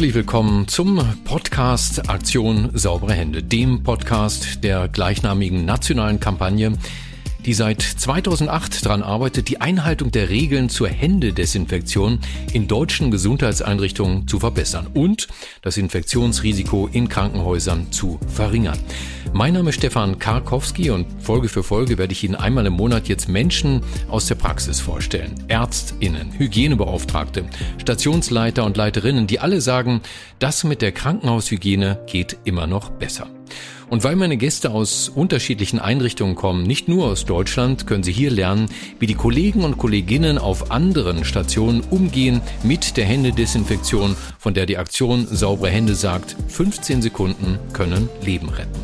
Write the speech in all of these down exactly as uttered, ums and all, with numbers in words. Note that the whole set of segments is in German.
Herzlich willkommen zum Podcast Aktion Saubere Hände, dem Podcast der gleichnamigen nationalen Kampagne, die seit zweitausendacht daran arbeitet, die Einhaltung der Regeln zur Händedesinfektion in deutschen Gesundheitseinrichtungen zu verbessern und das Infektionsrisiko in Krankenhäusern zu verringern. Mein Name ist Stefan Karkowski und Folge für Folge werde ich Ihnen einmal im Monat jetzt Menschen aus der Praxis vorstellen. ÄrztInnen, Hygienebeauftragte, Stationsleiter und Leiterinnen, die alle sagen, das mit der Krankenhaushygiene geht immer noch besser. Und weil meine Gäste aus unterschiedlichen Einrichtungen kommen, nicht nur aus Deutschland, können Sie hier lernen, wie die Kollegen und Kolleginnen auf anderen Stationen umgehen mit der Händedesinfektion, von der die Aktion Saubere Hände sagt, fünfzehn Sekunden können Leben retten.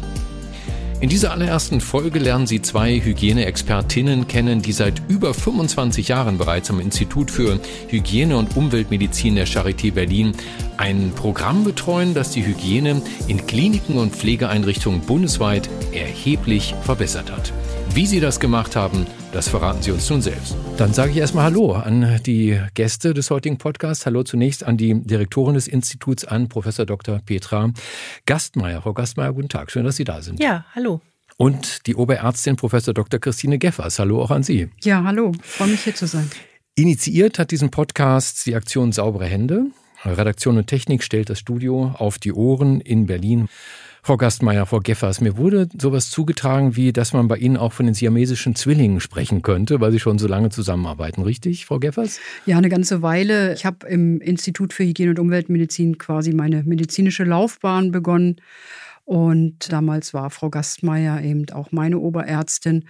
In dieser allerersten Folge lernen Sie zwei Hygieneexpertinnen kennen, die seit über fünfundzwanzig Jahren bereits am Institut für Hygiene und Umweltmedizin der Charité Berlin ein Programm betreuen, das die Hygiene in Kliniken und Pflegeeinrichtungen bundesweit erheblich verbessert hat. Wie Sie das gemacht haben, das verraten Sie uns nun selbst. Dann sage ich erstmal Hallo an die Gäste des heutigen Podcasts. Hallo zunächst an die Direktorin des Instituts, an Professor Doktor Petra Gastmeier. Frau Gastmeier, guten Tag. Schön, dass Sie da sind. Ja, hallo. Und die Oberärztin Professor Doktor Christine Geffers. Hallo auch an Sie. Ja, hallo. Ich freue mich, hier zu sein. Initiiert hat diesen Podcast die Aktion Saubere Hände. Redaktion und Technik stellt das Studio auf die Ohren in Berlin. Frau Gastmeier, Frau Geffers, mir wurde sowas zugetragen, wie dass man bei Ihnen auch von den siamesischen Zwillingen sprechen könnte, weil Sie schon so lange zusammenarbeiten. Richtig, Frau Geffers? Ja, eine ganze Weile. Ich habe im Institut für Hygiene und Umweltmedizin quasi meine medizinische Laufbahn begonnen. Und damals war Frau Gastmeier eben auch meine Oberärztin.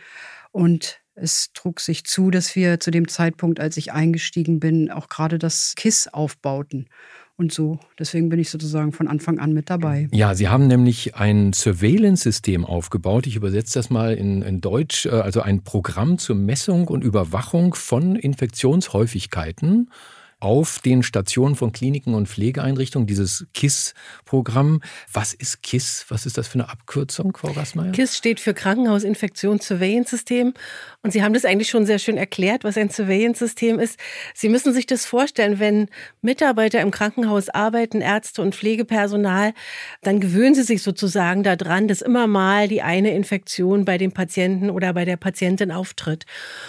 Und es trug sich zu, dass wir zu dem Zeitpunkt, als ich eingestiegen bin, auch gerade das K I S aufbauten. Und so, deswegen bin ich sozusagen von Anfang an mit dabei. Ja, Sie haben nämlich ein Surveillance-System aufgebaut. Ich übersetze das mal in, in Deutsch. Also ein Programm zur Messung und Überwachung von Infektionshäufigkeiten auf den Stationen von Kliniken und Pflegeeinrichtungen, dieses K I S-Programm. Was ist K I S? Was ist das für eine Abkürzung, Frau Gastmeier? K I S steht für Krankenhaus-Infektions-Surveillance-System. Und Sie haben das eigentlich schon sehr schön erklärt, was ein Surveillance-System ist. Sie müssen sich das vorstellen, wenn Mitarbeiter im Krankenhaus arbeiten, Ärzte und Pflegepersonal, dann gewöhnen sie sich sozusagen daran, dass immer mal die eine Infektion bei dem Patienten oder bei der Patientin auftritt.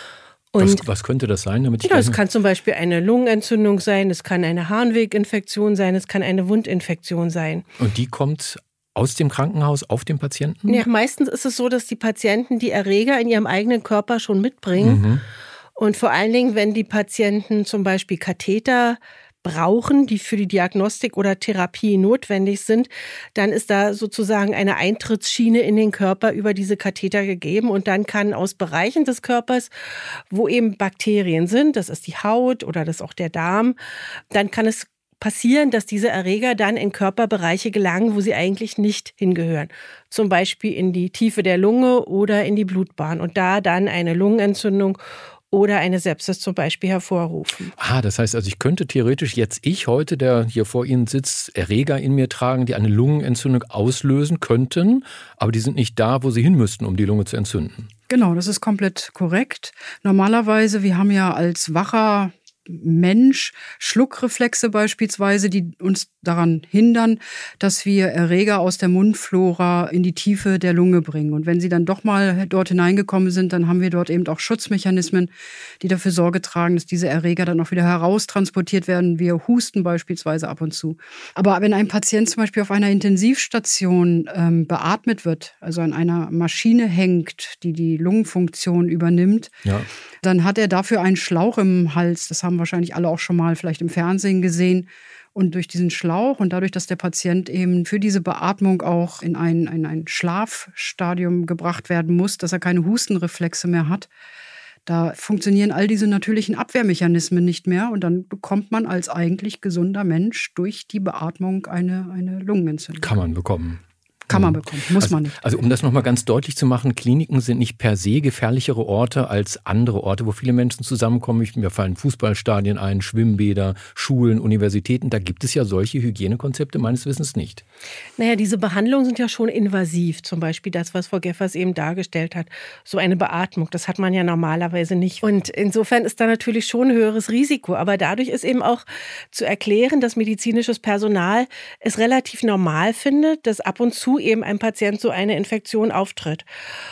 Und was, was könnte das sein? Damit ich ja, es kann zum Beispiel eine Lungenentzündung sein, es kann eine Harnweginfektion sein, es kann eine Wundinfektion sein. Und die kommt aus dem Krankenhaus auf den Patienten? Ja, meistens ist es so, dass die Patienten die Erreger in ihrem eigenen Körper schon mitbringen. Mhm. Und vor allen Dingen, wenn die Patienten zum Beispiel Katheter brauchen, die für die Diagnostik oder Therapie notwendig sind, dann ist da sozusagen eine Eintrittsschiene in den Körper über diese Katheter gegeben und dann kann aus Bereichen des Körpers, wo eben Bakterien sind, das ist die Haut oder das ist auch der Darm, dann kann es passieren, dass diese Erreger dann in Körperbereiche gelangen, wo sie eigentlich nicht hingehören. Zum Beispiel in die Tiefe der Lunge oder in die Blutbahn und da dann eine Lungenentzündung oder eine Sepsis zum Beispiel hervorrufen. Ah, das heißt also, ich könnte theoretisch jetzt ich heute, der hier vor Ihnen sitzt, Erreger in mir tragen, die eine Lungenentzündung auslösen könnten, aber die sind nicht da, wo sie hin müssten, um die Lunge zu entzünden. Genau, das ist komplett korrekt. Normalerweise, wir haben ja als wacher Mensch Schluckreflexe beispielsweise, die uns daran hindern, dass wir Erreger aus der Mundflora in die Tiefe der Lunge bringen. Und wenn sie dann doch mal dort hineingekommen sind, dann haben wir dort eben auch Schutzmechanismen, die dafür Sorge tragen, dass diese Erreger dann auch wieder heraustransportiert werden. Wir husten beispielsweise ab und zu. Aber wenn ein Patient zum Beispiel auf einer Intensivstation ähm, beatmet wird, also an einer Maschine hängt, die die Lungenfunktion übernimmt, ja, dann hat er dafür einen Schlauch im Hals. Das haben wahrscheinlich alle auch schon mal vielleicht im Fernsehen gesehen. Und durch diesen Schlauch und dadurch, dass der Patient eben für diese Beatmung auch in ein, ein, ein Schlafstadium gebracht werden muss, dass er keine Hustenreflexe mehr hat, da funktionieren all diese natürlichen Abwehrmechanismen nicht mehr. Und dann bekommt man als eigentlich gesunder Mensch durch die Beatmung eine, eine Lungenentzündung. Kann man bekommen. Kann man bekommen, muss also, man nicht. Also um das nochmal ganz deutlich zu machen, Kliniken sind nicht per se gefährlichere Orte als andere Orte, wo viele Menschen zusammenkommen. Mir fallen Fußballstadien ein, Schwimmbäder, Schulen, Universitäten. Da gibt es ja solche Hygienekonzepte meines Wissens nicht. Naja, diese Behandlungen sind ja schon invasiv. Zum Beispiel das, was Frau Geffers eben dargestellt hat. So eine Beatmung, das hat man ja normalerweise nicht. Und insofern ist da natürlich schon ein höheres Risiko. Aber dadurch ist eben auch zu erklären, dass medizinisches Personal es relativ normal findet, dass ab und zu eben ein Patient so eine Infektion auftritt.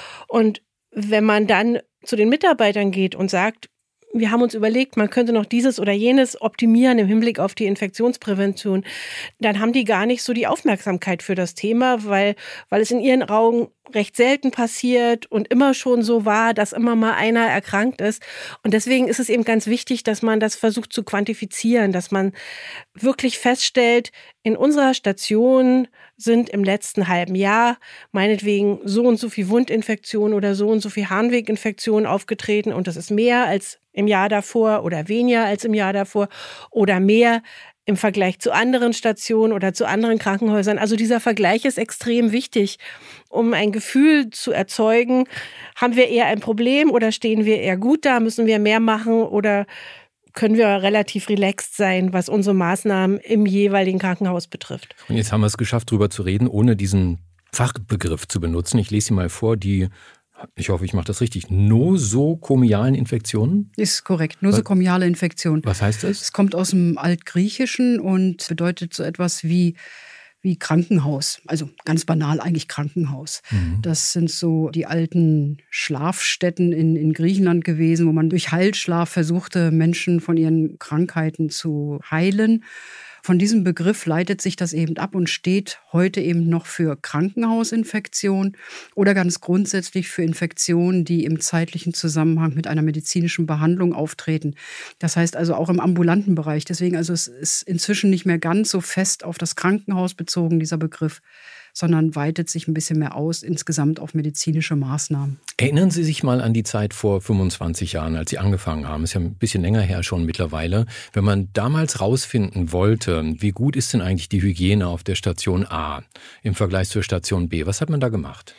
Und wenn man dann zu den Mitarbeitern geht und sagt, wir haben uns überlegt, man könnte noch dieses oder jenes optimieren im Hinblick auf die Infektionsprävention, dann haben die gar nicht so die Aufmerksamkeit für das Thema, weil, weil es in ihren Augen recht selten passiert und immer schon so war, dass immer mal einer erkrankt ist. Und deswegen ist es eben ganz wichtig, dass man das versucht zu quantifizieren, dass man wirklich feststellt, in unserer Station sind im letzten halben Jahr meinetwegen so und so viel Wundinfektionen oder so und so viel Harnweginfektionen aufgetreten und das ist mehr als im Jahr davor oder weniger als im Jahr davor oder mehr im Vergleich zu anderen Stationen oder zu anderen Krankenhäusern. Also dieser Vergleich ist extrem wichtig, um ein Gefühl zu erzeugen, haben wir eher ein Problem oder stehen wir eher gut da, müssen wir mehr machen oder können wir relativ relaxed sein, was unsere Maßnahmen im jeweiligen Krankenhaus betrifft. Und jetzt haben wir es geschafft, darüber zu reden, ohne diesen Fachbegriff zu benutzen. Ich lese Sie mal vor, die, ich hoffe, ich mache das richtig, nosokomialen Infektionen? Ist korrekt, nosokomiale Infektion. Was heißt das? Es kommt aus dem Altgriechischen und bedeutet so etwas wie wie Krankenhaus, also ganz banal eigentlich Krankenhaus. Mhm. Das sind so die alten Schlafstätten in, in Griechenland gewesen, wo man durch Heilschlaf versuchte, Menschen von ihren Krankheiten zu heilen. Von diesem Begriff leitet sich das eben ab und steht heute eben noch für Krankenhausinfektion oder ganz grundsätzlich für Infektionen, die im zeitlichen Zusammenhang mit einer medizinischen Behandlung auftreten. Das heißt also auch im ambulanten Bereich. Deswegen also es ist inzwischen nicht mehr ganz so fest auf das Krankenhaus bezogen, dieser Begriff, sondern weitet sich ein bisschen mehr aus insgesamt auf medizinische Maßnahmen. Erinnern Sie sich mal an die Zeit vor fünfundzwanzig Jahren, als Sie angefangen haben. Ist ja ein bisschen länger her schon mittlerweile. Wenn man damals rausfinden wollte, wie gut ist denn eigentlich die Hygiene auf der Station A im Vergleich zur Station B, was hat man da gemacht?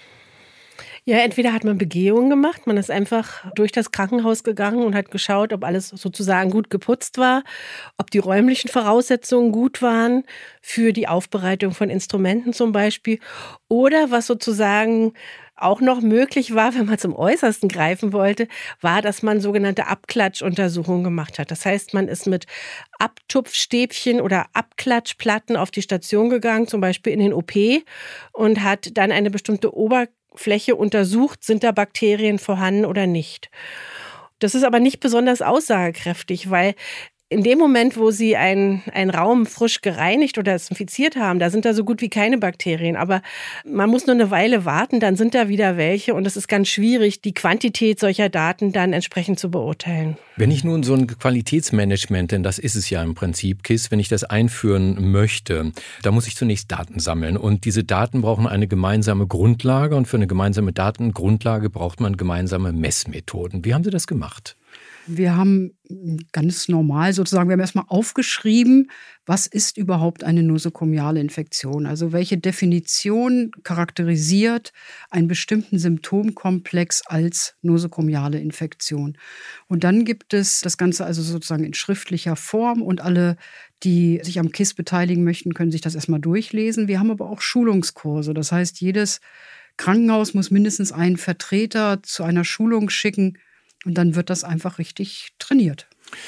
Ja, entweder hat man Begehungen gemacht, man ist einfach durch das Krankenhaus gegangen und hat geschaut, ob alles sozusagen gut geputzt war, ob die räumlichen Voraussetzungen gut waren für die Aufbereitung von Instrumenten zum Beispiel. Oder was sozusagen auch noch möglich war, wenn man zum Äußersten greifen wollte, war, dass man sogenannte Abklatschuntersuchungen gemacht hat. Das heißt, man ist mit Abtupfstäbchen oder Abklatschplatten auf die Station gegangen, zum Beispiel in den O P, und hat dann eine bestimmte Oberfläche untersucht, sind da Bakterien vorhanden oder nicht. Das ist aber nicht besonders aussagekräftig, weil in dem Moment, wo Sie einen, einen Raum frisch gereinigt oder desinfiziert haben, da sind da so gut wie keine Bakterien. Aber man muss nur eine Weile warten, dann sind da wieder welche. Und es ist ganz schwierig, die Quantität solcher Daten dann entsprechend zu beurteilen. Wenn ich nun so ein Qualitätsmanagement, denn das ist es ja im Prinzip, K I S S, wenn ich das einführen möchte, da muss ich zunächst Daten sammeln. Und diese Daten brauchen eine gemeinsame Grundlage. Und für eine gemeinsame Datengrundlage braucht man gemeinsame Messmethoden. Wie haben Sie das gemacht? Wir haben ganz normal sozusagen, wir haben erstmal aufgeschrieben, was ist überhaupt eine nosokomiale Infektion? Also welche Definition charakterisiert einen bestimmten Symptomkomplex als nosokomiale Infektion? Und dann gibt es das Ganze also sozusagen in schriftlicher Form und alle, die sich am K I S S beteiligen möchten, können sich das erstmal durchlesen. Wir haben aber auch Schulungskurse. Das heißt, jedes Krankenhaus muss mindestens einen Vertreter zu einer Schulung schicken. Und dann wird das einfach richtig trainiert.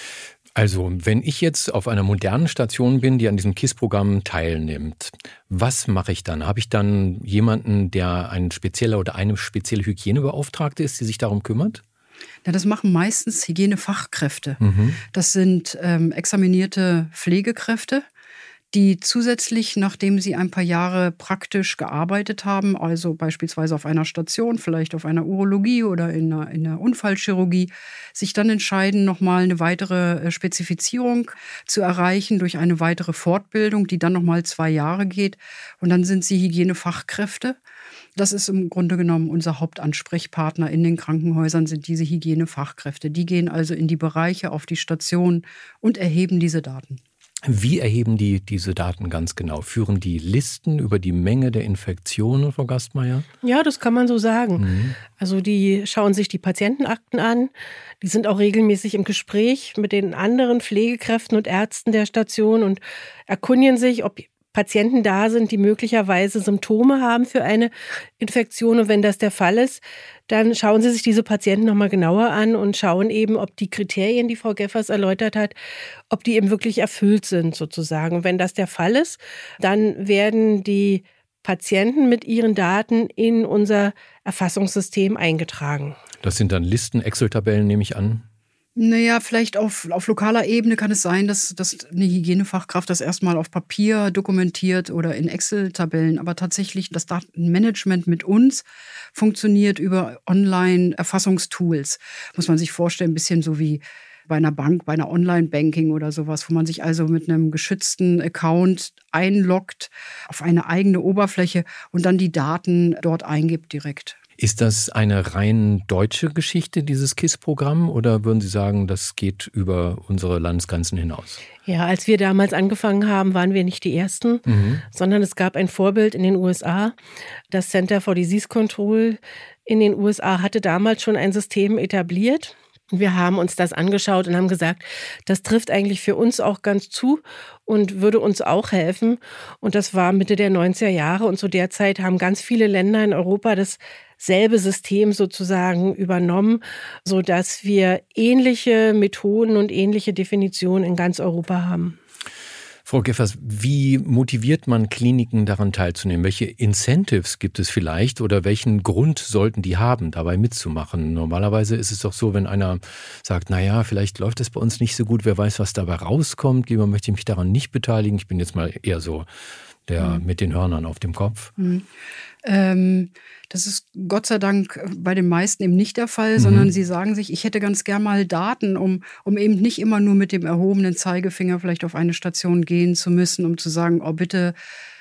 Also, wenn ich jetzt auf einer modernen Station bin, die an diesem K I S S-Programm teilnimmt, was mache ich dann? Habe ich dann jemanden, der ein spezieller oder eine spezielle Hygienebeauftragte ist, die sich darum kümmert? Ja, das machen meistens Hygienefachkräfte. Mhm. Das sind ähm, examinierte Pflegekräfte, die zusätzlich, nachdem sie ein paar Jahre praktisch gearbeitet haben, also beispielsweise auf einer Station, vielleicht auf einer Urologie oder in einer, in einer Unfallchirurgie, sich dann entscheiden, nochmal eine weitere Spezifizierung zu erreichen durch eine weitere Fortbildung, die dann nochmal zwei Jahre geht. Und dann sind sie Hygienefachkräfte. Das ist im Grunde genommen unser Hauptansprechpartner in den Krankenhäusern, sind diese Hygienefachkräfte. Die gehen also in die Bereiche, auf die Station und erheben diese Daten. Wie erheben die diese Daten ganz genau? Führen die Listen über die Menge der Infektionen, Frau Gastmeier? Ja, das kann man so sagen. Mhm. Also die schauen sich die Patientenakten an. Die sind auch regelmäßig im Gespräch mit den anderen Pflegekräften und Ärzten der Station und erkundigen sich, ob Patienten da sind, die möglicherweise Symptome haben für eine Infektion. Und wenn das der Fall ist, dann schauen Sie sich diese Patienten nochmal genauer an und schauen eben, ob die Kriterien, die Frau Geffers erläutert hat, ob die eben wirklich erfüllt sind sozusagen. Und wenn das der Fall ist, dann werden die Patienten mit ihren Daten in unser Erfassungssystem eingetragen. Das sind dann Listen, Excel-Tabellen, nehme ich an? Naja, vielleicht auf, auf lokaler Ebene kann es sein, dass, dass eine Hygienefachkraft das erstmal auf Papier dokumentiert oder in Excel-Tabellen. Aber tatsächlich das Datenmanagement mit uns funktioniert über Online-Erfassungstools. Muss man sich vorstellen, ein bisschen so wie bei einer Bank, bei einer Online-Banking oder sowas, wo man sich also mit einem geschützten Account einloggt auf eine eigene Oberfläche und dann die Daten dort eingibt direkt. Ist das eine rein deutsche Geschichte, dieses K I S-Programm, oder würden Sie sagen, das geht über unsere Landesgrenzen hinaus? Ja, als wir damals angefangen haben, waren wir nicht die Ersten, mhm. sondern es gab ein Vorbild in den U S A. Das Center for Disease Control in den U S A hatte damals schon ein System etabliert. Wir haben uns das angeschaut und haben gesagt, das trifft eigentlich für uns auch ganz zu und würde uns auch helfen. Und das war Mitte der neunziger Jahre und zu der Zeit haben ganz viele Länder in Europa dasselbe System sozusagen übernommen, sodass wir ähnliche Methoden und ähnliche Definitionen in ganz Europa haben. Frau Geffers, wie motiviert man Kliniken daran teilzunehmen? Welche Incentives gibt es vielleicht oder welchen Grund sollten die haben, dabei mitzumachen? Normalerweise ist es doch so, wenn einer sagt, naja, vielleicht läuft es bei uns nicht so gut, wer weiß, was dabei rauskommt, lieber möchte ich mich daran nicht beteiligen. Ich bin jetzt mal eher so der mhm. mit den Hörnern auf dem Kopf. Mhm. Ähm, das ist Gott sei Dank bei den meisten eben nicht der Fall, mhm. sondern sie sagen sich, ich hätte ganz gern mal Daten, um, um eben nicht immer nur mit dem erhobenen Zeigefinger vielleicht auf eine Station gehen zu müssen, um zu sagen, oh bitte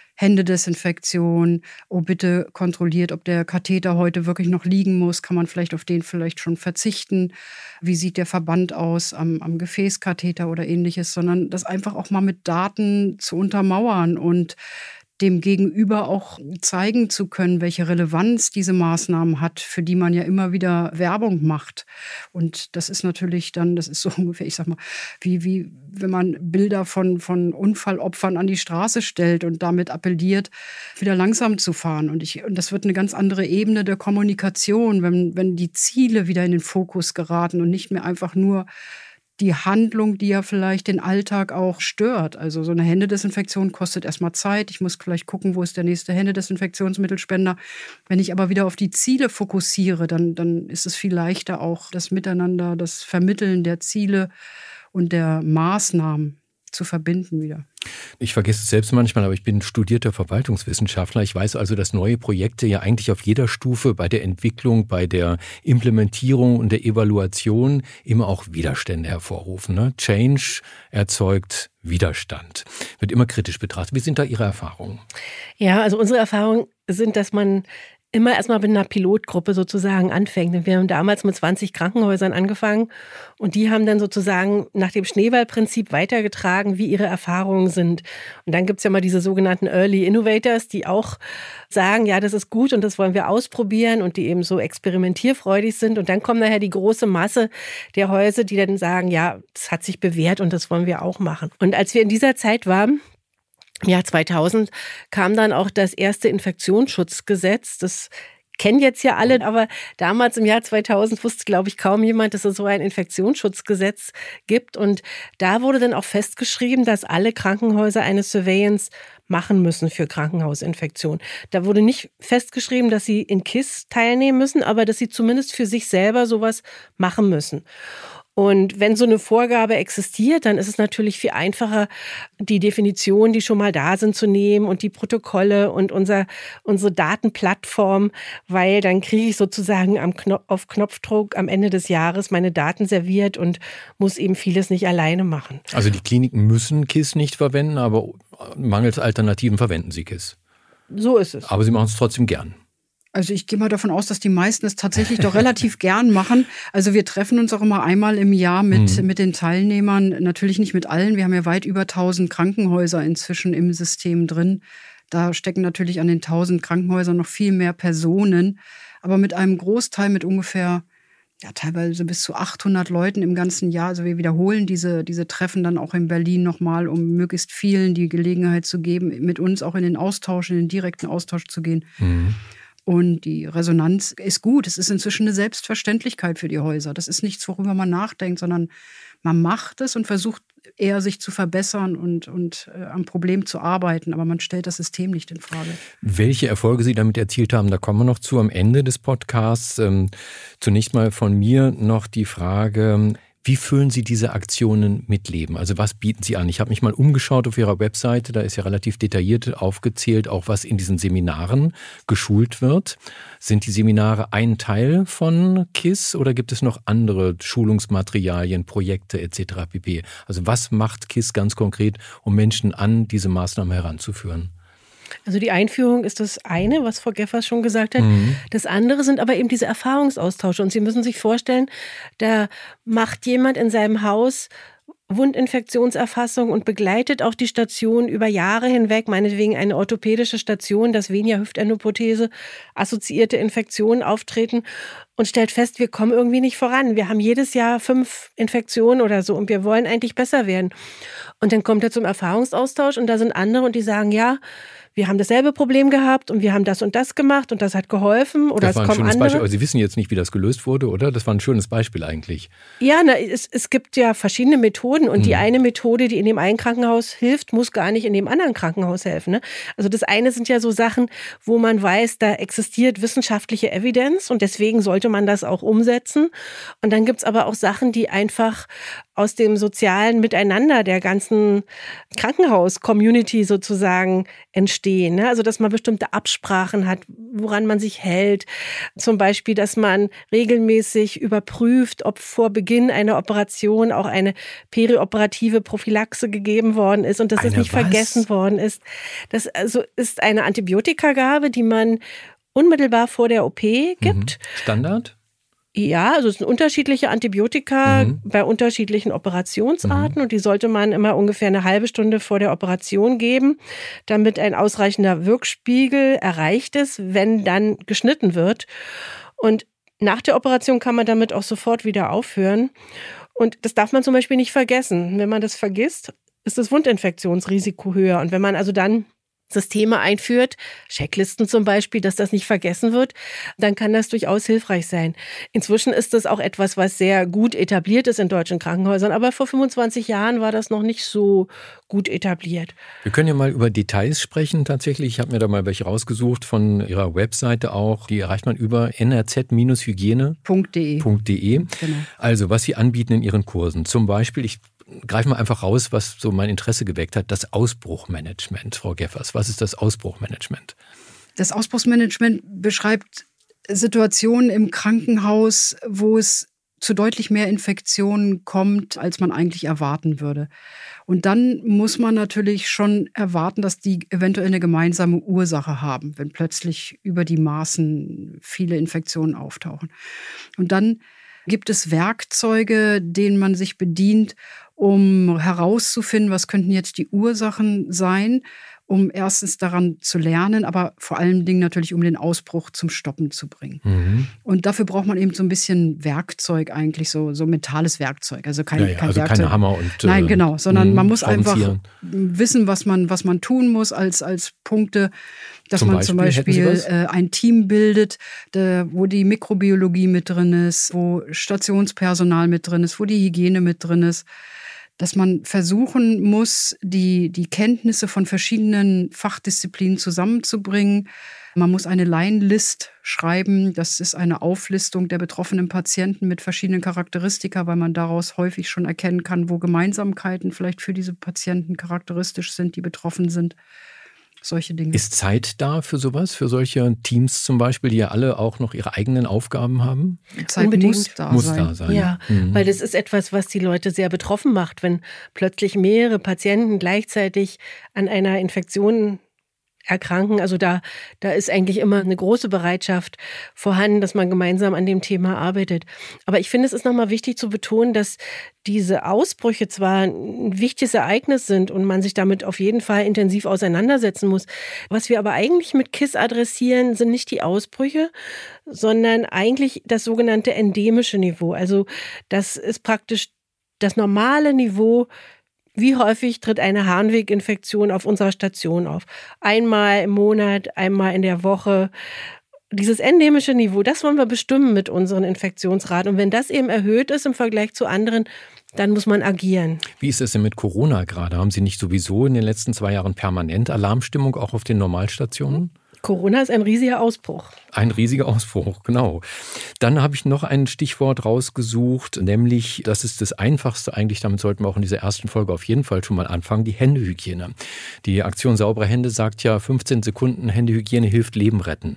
Händedesinfektion, oh bitte kontrolliert, ob der Katheter heute wirklich noch liegen muss, kann man vielleicht auf den vielleicht schon verzichten, wie sieht der Verband aus am, am Gefäßkatheter oder ähnliches, sondern das einfach auch mal mit Daten zu untermauern und dem Gegenüber auch zeigen zu können, welche Relevanz diese Maßnahmen hat, für die man ja immer wieder Werbung macht. Und das ist natürlich dann, das ist so ungefähr, ich sag mal, wie, wie wenn man Bilder von, von Unfallopfern an die Straße stellt und damit appelliert, wieder langsam zu fahren. Und, ich, und das wird eine ganz andere Ebene der Kommunikation, wenn, wenn die Ziele wieder in den Fokus geraten und nicht mehr einfach nur die Handlung, die ja vielleicht den Alltag auch stört. Also so eine Händedesinfektion kostet erstmal Zeit. Ich muss vielleicht gucken, wo ist der nächste Händedesinfektionsmittelspender. Wenn ich aber wieder auf die Ziele fokussiere, dann, dann ist es viel leichter auch das Miteinander, das Vermitteln der Ziele und der Maßnahmen zu verbinden wieder. Ich vergesse es selbst manchmal, aber ich bin studierter Verwaltungswissenschaftler. Ich weiß also, dass neue Projekte ja eigentlich auf jeder Stufe bei der Entwicklung, bei der Implementierung und der Evaluation immer auch Widerstände hervorrufen. Ne? Change erzeugt Widerstand, wird immer kritisch betrachtet. Wie sind da Ihre Erfahrungen? Ja, also unsere Erfahrungen sind, dass man immer erstmal mit einer Pilotgruppe sozusagen anfängt. Wir haben damals mit zwanzig Krankenhäusern angefangen und die haben dann sozusagen nach dem Schneeballprinzip weitergetragen, wie ihre Erfahrungen sind. Und dann gibt's ja mal diese sogenannten Early Innovators, die auch sagen, ja, das ist gut und das wollen wir ausprobieren und die eben so experimentierfreudig sind. Und dann kommt nachher die große Masse der Häuser, die dann sagen, ja, das hat sich bewährt und das wollen wir auch machen. Und als wir in dieser Zeit waren, im Jahr zweitausend kam dann auch das erste Infektionsschutzgesetz. Das kennen jetzt ja alle, aber damals im Jahr zweitausend wusste, glaube ich, kaum jemand, dass es so ein Infektionsschutzgesetz gibt. Und da wurde dann auch festgeschrieben, dass alle Krankenhäuser eine Surveillance machen müssen für Krankenhausinfektionen. Da wurde nicht festgeschrieben, dass sie in K I S teilnehmen müssen, aber dass sie zumindest für sich selber sowas machen müssen. Und wenn so eine Vorgabe existiert, dann ist es natürlich viel einfacher, die Definitionen, die schon mal da sind, zu nehmen und die Protokolle und unser, unsere Datenplattform, weil dann kriege ich sozusagen am Knopf, auf Knopfdruck am Ende des Jahres meine Daten serviert und muss eben vieles nicht alleine machen. Also die Kliniken müssen K I S nicht verwenden, aber mangels Alternativen verwenden sie K I S. So ist es. Aber sie machen es trotzdem gern. Also ich gehe mal davon aus, dass die meisten es tatsächlich doch relativ gern machen. Also wir treffen uns auch immer einmal im Jahr mit, mhm. mit den Teilnehmern. Natürlich nicht mit allen. Wir haben ja weit über tausend Krankenhäuser inzwischen im System drin. Da stecken natürlich an den tausend Krankenhäusern noch viel mehr Personen. Aber mit einem Großteil, mit ungefähr, ja teilweise bis zu achthundert Leuten im ganzen Jahr. Also wir wiederholen diese, diese Treffen dann auch in Berlin nochmal, um möglichst vielen die Gelegenheit zu geben, mit uns auch in den Austausch, in den direkten Austausch zu gehen. Mhm. Und die Resonanz ist gut. Es ist inzwischen eine Selbstverständlichkeit für die Häuser. Das ist nichts, worüber man nachdenkt, sondern man macht es und versucht eher, sich zu verbessern und, und äh, am Problem zu arbeiten. Aber man stellt das System nicht in Frage. Welche Erfolge Sie damit erzielt haben, da kommen wir noch zu am Ende des Podcasts. Ähm, zunächst mal von mir noch die Frage: Wie füllen Sie diese Aktionen mit Leben? Also was bieten Sie an? Ich habe mich mal umgeschaut auf Ihrer Webseite, da ist ja relativ detailliert aufgezählt, auch was in diesen Seminaren geschult wird. Sind die Seminare ein Teil von K I S S oder gibt es noch andere Schulungsmaterialien, Projekte et cetera pp.? Also was macht K I S S ganz konkret, um Menschen an diese Maßnahmen heranzuführen? Also die Einführung ist das eine, was Frau Geffers schon gesagt hat. Mhm. Das andere sind aber eben diese Erfahrungsaustausche. Und Sie müssen sich vorstellen, da macht jemand in seinem Haus Wundinfektionserfassung und begleitet auch die Station über Jahre hinweg, meinetwegen eine orthopädische Station, dass Venia-Hüftendoprothese assoziierte Infektionen auftreten und stellt fest, wir kommen irgendwie nicht voran. Wir haben jedes Jahr fünf Infektionen oder so und wir wollen eigentlich besser werden. Und dann kommt er zum Erfahrungsaustausch und da sind andere und die sagen, ja, wir haben dasselbe Problem gehabt und wir haben das und das gemacht und das hat geholfen oder das war es ein kommen schönes andere. Beispiel, aber Sie wissen jetzt nicht, wie das gelöst wurde, oder? Das war ein schönes Beispiel eigentlich. Ja, na, es, es gibt ja verschiedene Methoden und hm. die eine Methode, die in dem einen Krankenhaus hilft, muss gar nicht in dem anderen Krankenhaus helfen. Ne? Also das eine sind ja so Sachen, wo man weiß, da existiert wissenschaftliche Evidenz und deswegen sollte man das auch umsetzen. Und dann gibt's aber auch Sachen, die einfach aus dem sozialen Miteinander der ganzen Krankenhaus-Community sozusagen entstehen. Ne? Also dass man bestimmte Absprachen hat, woran man sich hält. Zum Beispiel, dass man regelmäßig überprüft, ob vor Beginn einer Operation auch eine perioperative Prophylaxe gegeben worden ist und dass eine das nicht was? vergessen worden ist. Das also ist eine Antibiotikagabe, die man unmittelbar vor der O P gibt. Mhm. Standard? Ja, also es sind unterschiedliche Antibiotika mhm. bei unterschiedlichen Operationsarten mhm. und die sollte man immer ungefähr eine halbe Stunde vor der Operation geben, damit ein ausreichender Wirkspiegel erreicht ist, wenn dann geschnitten wird. Und nach der Operation kann man damit auch sofort wieder aufhören. Und das darf man zum Beispiel nicht vergessen. Wenn man das vergisst, ist das Wundinfektionsrisiko höher. Und wenn man also dann Systeme einführt, Checklisten zum Beispiel, dass das nicht vergessen wird, dann kann das durchaus hilfreich sein. Inzwischen ist das auch etwas, was sehr gut etabliert ist in deutschen Krankenhäusern, aber vor fünfundzwanzig Jahren war das noch nicht so gut etabliert. Wir können ja mal über Details sprechen tatsächlich. Ich habe mir da mal welche rausgesucht von Ihrer Webseite auch. Die erreicht man über n r z Bindestrich hygiene Punkt de. Genau. Also, was Sie anbieten in Ihren Kursen. Zum Beispiel, ich greife mal einfach raus, was so mein Interesse geweckt hat, das Ausbruchmanagement. Frau Geffers, was ist das Ausbruchmanagement? Das Ausbruchsmanagement beschreibt Situationen im Krankenhaus, wo es zu deutlich mehr Infektionen kommt, als man eigentlich erwarten würde. Und dann muss man natürlich schon erwarten, dass die eventuell eine gemeinsame Ursache haben, wenn plötzlich über die Maßen viele Infektionen auftauchen. Und dann gibt es Werkzeuge, denen man sich bedient, um herauszufinden, was könnten jetzt die Ursachen sein, um erstens daran zu lernen, aber vor allen Dingen natürlich, um den Ausbruch zum Stoppen zu bringen. Mhm. Und dafür braucht man eben so ein bisschen Werkzeug eigentlich, so, so mentales Werkzeug. Also kein, ja, ja, kein also Werkzeug. keine Hammer und... Nein, genau, sondern mh, man muss einfach wissen, was man, was man tun muss als, als Punkte, dass zum man Beispiel, zum Beispiel äh, ein Team bildet, der, wo die Mikrobiologie mit drin ist, wo Stationspersonal mit drin ist, wo die Hygiene mit drin ist. Dass man versuchen muss, die, die Kenntnisse von verschiedenen Fachdisziplinen zusammenzubringen. Man muss eine Line-List schreiben. Das ist eine Auflistung der betroffenen Patienten mit verschiedenen Charakteristika, weil man daraus häufig schon erkennen kann, wo Gemeinsamkeiten vielleicht für diese Patienten charakteristisch sind, die betroffen sind. Solche Dinge. Ist Zeit da für sowas, für solche Teams zum Beispiel, die ja alle auch noch ihre eigenen Aufgaben haben? Zeit Unbedingt. muss da muss sein. Da sein. Ja, mhm. weil das ist etwas, was die Leute sehr betroffen macht, wenn plötzlich mehrere Patienten gleichzeitig an einer Infektion erkranken. Also da, da ist eigentlich immer eine große Bereitschaft vorhanden, dass man gemeinsam an dem Thema arbeitet. Aber ich finde, es ist nochmal wichtig zu betonen, dass diese Ausbrüche zwar ein wichtiges Ereignis sind und man sich damit auf jeden Fall intensiv auseinandersetzen muss. Was wir aber eigentlich mit K I S adressieren, sind nicht die Ausbrüche, sondern eigentlich das sogenannte endemische Niveau. Also das ist praktisch das normale Niveau. Wie häufig tritt eine Harnweginfektion auf unserer Station auf? Einmal im Monat, einmal in der Woche. Dieses endemische Niveau, das wollen wir bestimmen mit unseren Infektionsraten. Und wenn das eben erhöht ist im Vergleich zu anderen, dann muss man agieren. Wie ist es denn mit Corona gerade? Haben Sie nicht sowieso in den letzten zwei Jahren permanent Alarmstimmung auch auf den Normalstationen? Corona ist ein riesiger Ausbruch. Ein riesiger Ausbruch, genau. Dann habe ich noch ein Stichwort rausgesucht, nämlich, das ist das Einfachste eigentlich, damit sollten wir auch in dieser ersten Folge auf jeden Fall schon mal anfangen, die Händehygiene. Die Aktion Saubere Hände sagt ja, fünfzehn Sekunden Händehygiene hilft Leben retten.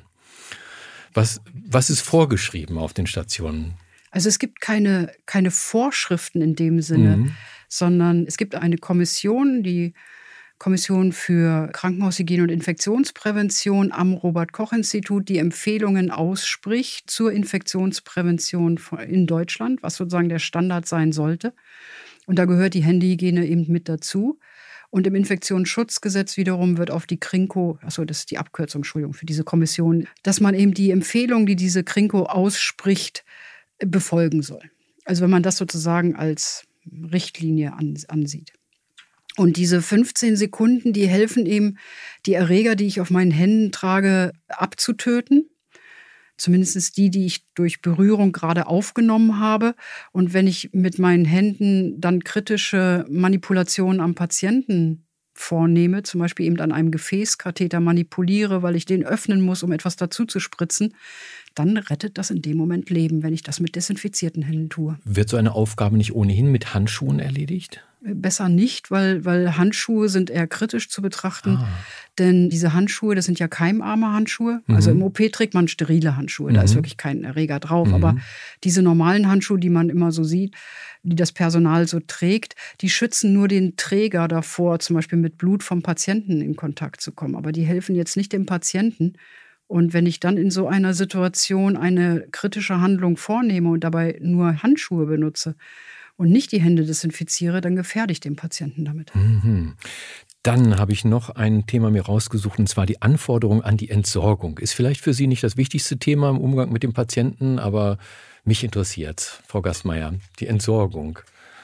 Was, was ist vorgeschrieben auf den Stationen? Also es gibt keine, keine Vorschriften in dem Sinne, mhm. sondern es gibt eine Kommission, die Kommission für Krankenhaushygiene und Infektionsprävention am Robert-Koch-Institut, die Empfehlungen ausspricht zur Infektionsprävention in Deutschland, was sozusagen der Standard sein sollte. Und da gehört die Händehygiene eben mit dazu. Und im Infektionsschutzgesetz wiederum wird auf die KRINKO, achso, das ist die Abkürzung, Entschuldigung, für diese Kommission, dass man eben die Empfehlung, die diese KRINKO ausspricht, befolgen soll. Also wenn man das sozusagen als Richtlinie ansieht. Und diese fünfzehn Sekunden, die helfen eben, die Erreger, die ich auf meinen Händen trage, abzutöten. Zumindest die, die ich durch Berührung gerade aufgenommen habe. Und wenn ich mit meinen Händen dann kritische Manipulationen am Patienten vornehme, zum Beispiel eben an einem Gefäßkatheter manipuliere, weil ich den öffnen muss, um etwas dazu zu spritzen, dann rettet das in dem Moment Leben, wenn ich das mit desinfizierten Händen tue. Wird so eine Aufgabe nicht ohnehin mit Handschuhen erledigt? Besser nicht, weil, weil Handschuhe sind eher kritisch zu betrachten. Ah. Denn diese Handschuhe, das sind ja keimarme Handschuhe. Mhm. Also im O P trägt man sterile Handschuhe, mhm. da ist wirklich kein Erreger drauf. Mhm. Aber diese normalen Handschuhe, die man immer so sieht, die das Personal so trägt, die schützen nur den Träger davor, zum Beispiel mit Blut vom Patienten in Kontakt zu kommen. Aber die helfen jetzt nicht dem Patienten. Und wenn ich dann in so einer Situation eine kritische Handlung vornehme und dabei nur Handschuhe benutze und nicht die Hände desinfiziere, dann gefährde ich den Patienten damit. Mhm. Dann habe ich noch ein Thema mir rausgesucht, und zwar die Anforderung an die Entsorgung. Ist vielleicht für Sie nicht das wichtigste Thema im Umgang mit dem Patienten, aber mich interessiert, Frau Gastmeier, die Entsorgung.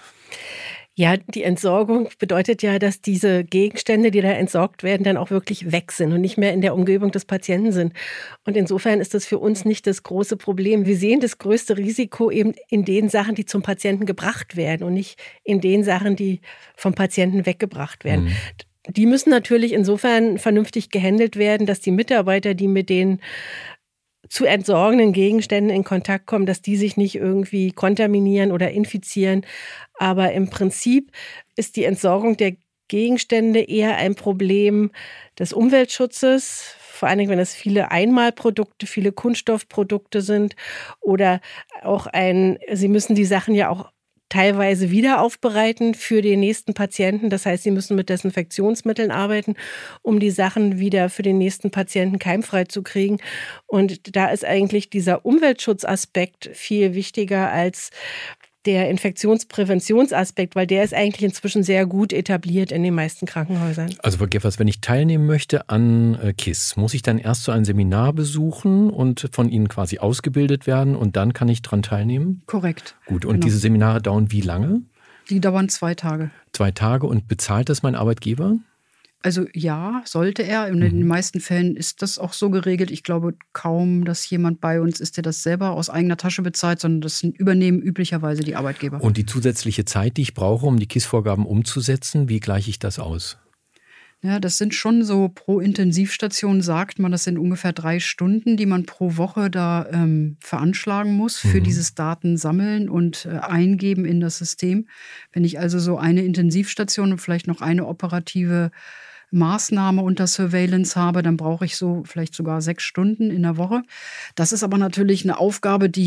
Ja, die Entsorgung bedeutet ja, dass diese Gegenstände, die da entsorgt werden, dann auch wirklich weg sind und nicht mehr in der Umgebung des Patienten sind. Und insofern ist das für uns nicht das große Problem. Wir sehen das größte Risiko eben in den Sachen, die zum Patienten gebracht werden und nicht in den Sachen, die vom Patienten weggebracht werden. Mhm. Die müssen natürlich insofern vernünftig gehandelt werden, dass die Mitarbeiter, die mit den zu entsorgenden Gegenständen in Kontakt kommen, dass die sich nicht irgendwie kontaminieren oder infizieren. Aber im Prinzip ist die Entsorgung der Gegenstände eher ein Problem des Umweltschutzes, vor allen Dingen, wenn es viele Einmalprodukte, viele Kunststoffprodukte sind oder auch ein, Sie müssen die Sachen ja auch teilweise wieder aufbereiten für den nächsten Patienten. Das heißt, sie müssen mit Desinfektionsmitteln arbeiten, um die Sachen wieder für den nächsten Patienten keimfrei zu kriegen. Und da ist eigentlich dieser Umweltschutzaspekt viel wichtiger als der Infektionspräventionsaspekt, weil der ist eigentlich inzwischen sehr gut etabliert in den meisten Krankenhäusern. Also Frau Geffers, wenn ich teilnehmen möchte an K I S, muss ich dann erst so ein Seminar besuchen und von Ihnen quasi ausgebildet werden und dann kann ich dran teilnehmen? Korrekt. Gut, und genau. Diese Seminare dauern wie lange? Die dauern zwei Tage. Zwei Tage und bezahlt das mein Arbeitgeber? Also ja, sollte er. In den meisten Fällen ist das auch so geregelt. Ich glaube kaum, dass jemand bei uns ist, der das selber aus eigener Tasche bezahlt, sondern das übernehmen üblicherweise die Arbeitgeber. Und die zusätzliche Zeit, die ich brauche, um die K I S-Vorgaben umzusetzen, wie gleiche ich das aus? Ja, das sind schon so pro Intensivstation, sagt man, das sind ungefähr drei Stunden, die man pro Woche da ähm, veranschlagen muss für mhm. dieses Datensammeln und äh, Eingeben in das System. Wenn ich also so eine Intensivstation und vielleicht noch eine operative Maßnahme unter Surveillance habe, dann brauche ich so vielleicht sogar sechs Stunden in der Woche. Das ist aber natürlich eine Aufgabe, die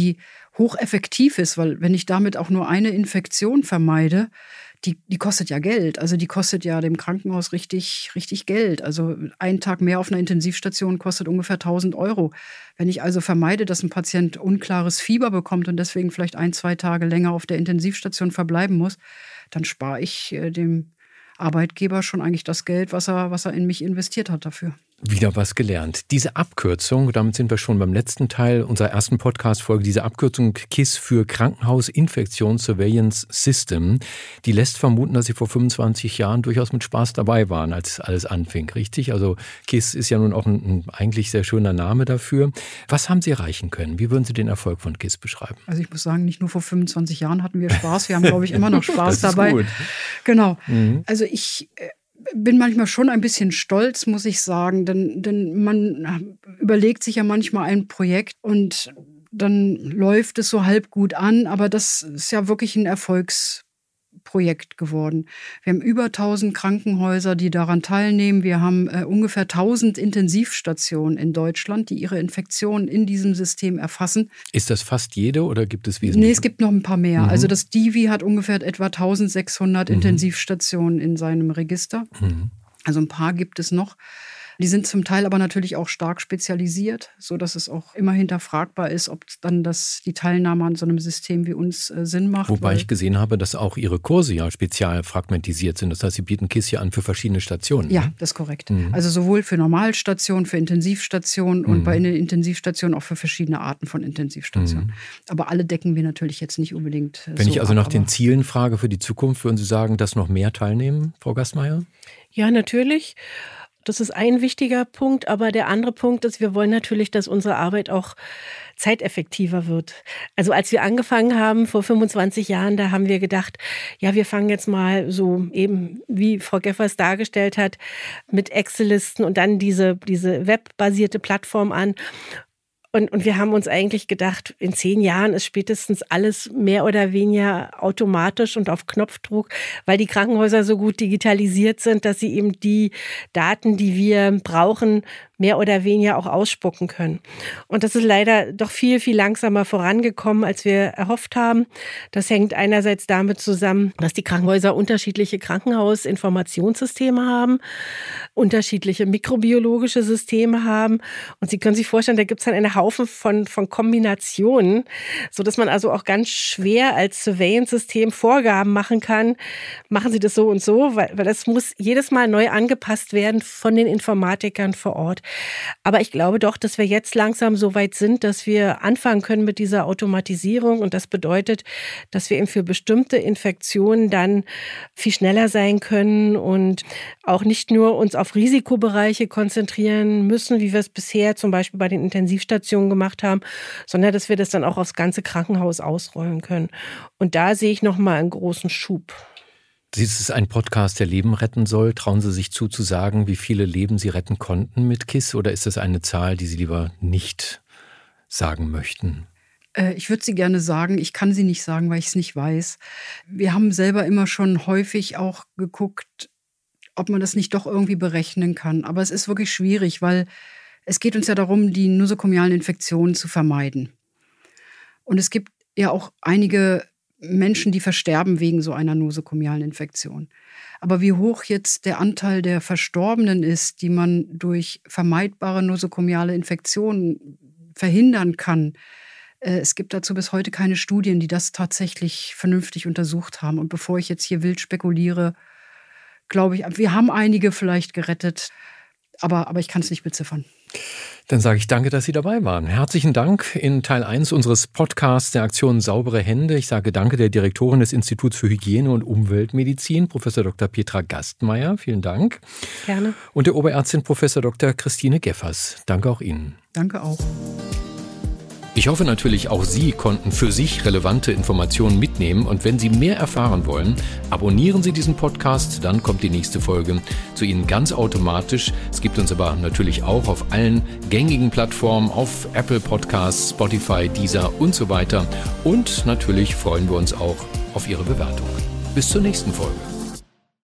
hocheffektiv ist, weil wenn ich damit auch nur eine Infektion vermeide, die, die kostet ja Geld. Also die kostet ja dem Krankenhaus richtig, richtig Geld. Also ein Tag mehr auf einer Intensivstation kostet ungefähr tausend Euro. Wenn ich also vermeide, dass ein Patient unklares Fieber bekommt und deswegen vielleicht ein, zwei Tage länger auf der Intensivstation verbleiben muss, dann spare ich äh, dem Arbeitgeber schon eigentlich das Geld, was er, was er in mich investiert hat dafür. Wieder was gelernt. Diese Abkürzung, damit sind wir schon beim letzten Teil unserer ersten Podcast-Folge, diese Abkürzung K I S für Krankenhaus Infection Surveillance System, die lässt vermuten, dass Sie vor fünfundzwanzig Jahren durchaus mit Spaß dabei waren, als alles anfing, richtig? Also K I S ist ja nun auch ein, ein eigentlich sehr schöner Name dafür. Was haben Sie erreichen können? Wie würden Sie den Erfolg von K I S beschreiben? Also ich muss sagen, nicht nur vor fünfundzwanzig Jahren hatten wir Spaß, wir haben, glaube ich, immer noch Spaß das ist dabei. Gut. Genau. Mhm. Also ich bin manchmal schon ein bisschen stolz, muss ich sagen, denn, denn man überlegt sich ja manchmal ein Projekt und dann läuft es so halb gut an, aber das ist ja wirklich ein Erfolgsprojekt geworden. Wir haben über tausend Krankenhäuser, die daran teilnehmen. Wir haben äh, ungefähr tausend Intensivstationen in Deutschland, die ihre Infektionen in diesem System erfassen. Ist das fast jede oder gibt es wesentlich? Nee, es gibt noch ein paar mehr. Mhm. Also das D I V I hat ungefähr etwa eintausendsechshundert mhm. Intensivstationen in seinem Register. Mhm. Also ein paar gibt es noch. Die sind zum Teil aber natürlich auch stark spezialisiert, sodass es auch immer hinterfragbar ist, ob dann das, die Teilnahme an so einem System wie uns äh, Sinn macht. Wobei ich gesehen habe, dass auch Ihre Kurse ja spezial fragmentisiert sind. Das heißt, Sie bieten K I S ja an für verschiedene Stationen. Ja, ne? das ist korrekt. Mhm. Also sowohl für Normalstationen, für Intensivstationen und mhm. bei den Intensivstationen auch für verschiedene Arten von Intensivstationen. Mhm. Aber alle decken wir natürlich jetzt nicht unbedingt äh, Wenn so ich also ab, nach den Zielen frage für die Zukunft, würden Sie sagen, dass noch mehr teilnehmen, Frau Gastmeier? Ja, natürlich. Das ist ein wichtiger Punkt, aber der andere Punkt ist, wir wollen natürlich, dass unsere Arbeit auch zeiteffektiver wird. Also als wir angefangen haben vor fünfundzwanzig Jahren, da haben wir gedacht, ja, wir fangen jetzt mal so eben, wie Frau Geffers dargestellt hat, mit Excel-Listen und dann diese, diese webbasierte Plattform an. Und, und wir haben uns eigentlich gedacht, in zehn Jahren ist spätestens alles mehr oder weniger automatisch und auf Knopfdruck, weil die Krankenhäuser so gut digitalisiert sind, dass sie eben die Daten, die wir brauchen, mehr oder weniger auch ausspucken können. Und das ist leider doch viel, viel langsamer vorangekommen, als wir erhofft haben. Das hängt einerseits damit zusammen, dass die Krankenhäuser unterschiedliche Krankenhausinformationssysteme haben, unterschiedliche mikrobiologische Systeme haben. Und Sie können sich vorstellen, da gibt es dann eine Haufen von, von Kombinationen, sodass man also auch ganz schwer als Surveillance-System Vorgaben machen kann. Machen Sie das so und so, weil, weil das muss jedes Mal neu angepasst werden von den Informatikern vor Ort. Aber ich glaube doch, dass wir jetzt langsam so weit sind, dass wir anfangen können mit dieser Automatisierung. Und das bedeutet, dass wir eben für bestimmte Infektionen dann viel schneller sein können und auch nicht nur uns auf Risikobereiche konzentrieren müssen, wie wir es bisher zum Beispiel bei den Intensivstationen gemacht haben, sondern dass wir das dann auch aufs ganze Krankenhaus ausrollen können. Und da sehe ich nochmal einen großen Schub. Dies ist ein Podcast, der Leben retten soll. Trauen Sie sich zu, zu sagen, wie viele Leben Sie retten konnten mit K I S? Oder ist das eine Zahl, die Sie lieber nicht sagen möchten? Äh, ich würde sie gerne sagen. Ich kann sie nicht sagen, weil ich es nicht weiß. Wir haben selber immer schon häufig auch geguckt, ob man das nicht doch irgendwie berechnen kann. Aber es ist wirklich schwierig, weil es geht uns ja darum, die nosokomialen Infektionen zu vermeiden. Und es gibt ja auch einige Menschen, die versterben wegen so einer nosokomialen Infektion. Aber wie hoch jetzt der Anteil der Verstorbenen ist, die man durch vermeidbare nosokomiale Infektionen verhindern kann, äh, es gibt dazu bis heute keine Studien, die das tatsächlich vernünftig untersucht haben. Und bevor ich jetzt hier wild spekuliere, glaube ich, wir haben einige vielleicht gerettet, aber, aber ich kann es nicht beziffern. Dann sage ich danke, dass Sie dabei waren. Herzlichen Dank in Teil eins unseres Podcasts der Aktion Saubere Hände. Ich sage danke der Direktorin des Instituts für Hygiene und Umweltmedizin, Professor Doktor Petra Gastmeier. Vielen Dank. Gerne. Und der Oberärztin Professor Doktor Christine Geffers. Danke auch Ihnen. Danke auch. Ich hoffe natürlich, auch Sie konnten für sich relevante Informationen mitnehmen. Und wenn Sie mehr erfahren wollen, abonnieren Sie diesen Podcast, dann kommt die nächste Folge zu Ihnen ganz automatisch. Es gibt uns aber natürlich auch auf allen gängigen Plattformen, auf Apple Podcasts, Spotify, Deezer und so weiter. Und natürlich freuen wir uns auch auf Ihre Bewertung. Bis zur nächsten Folge.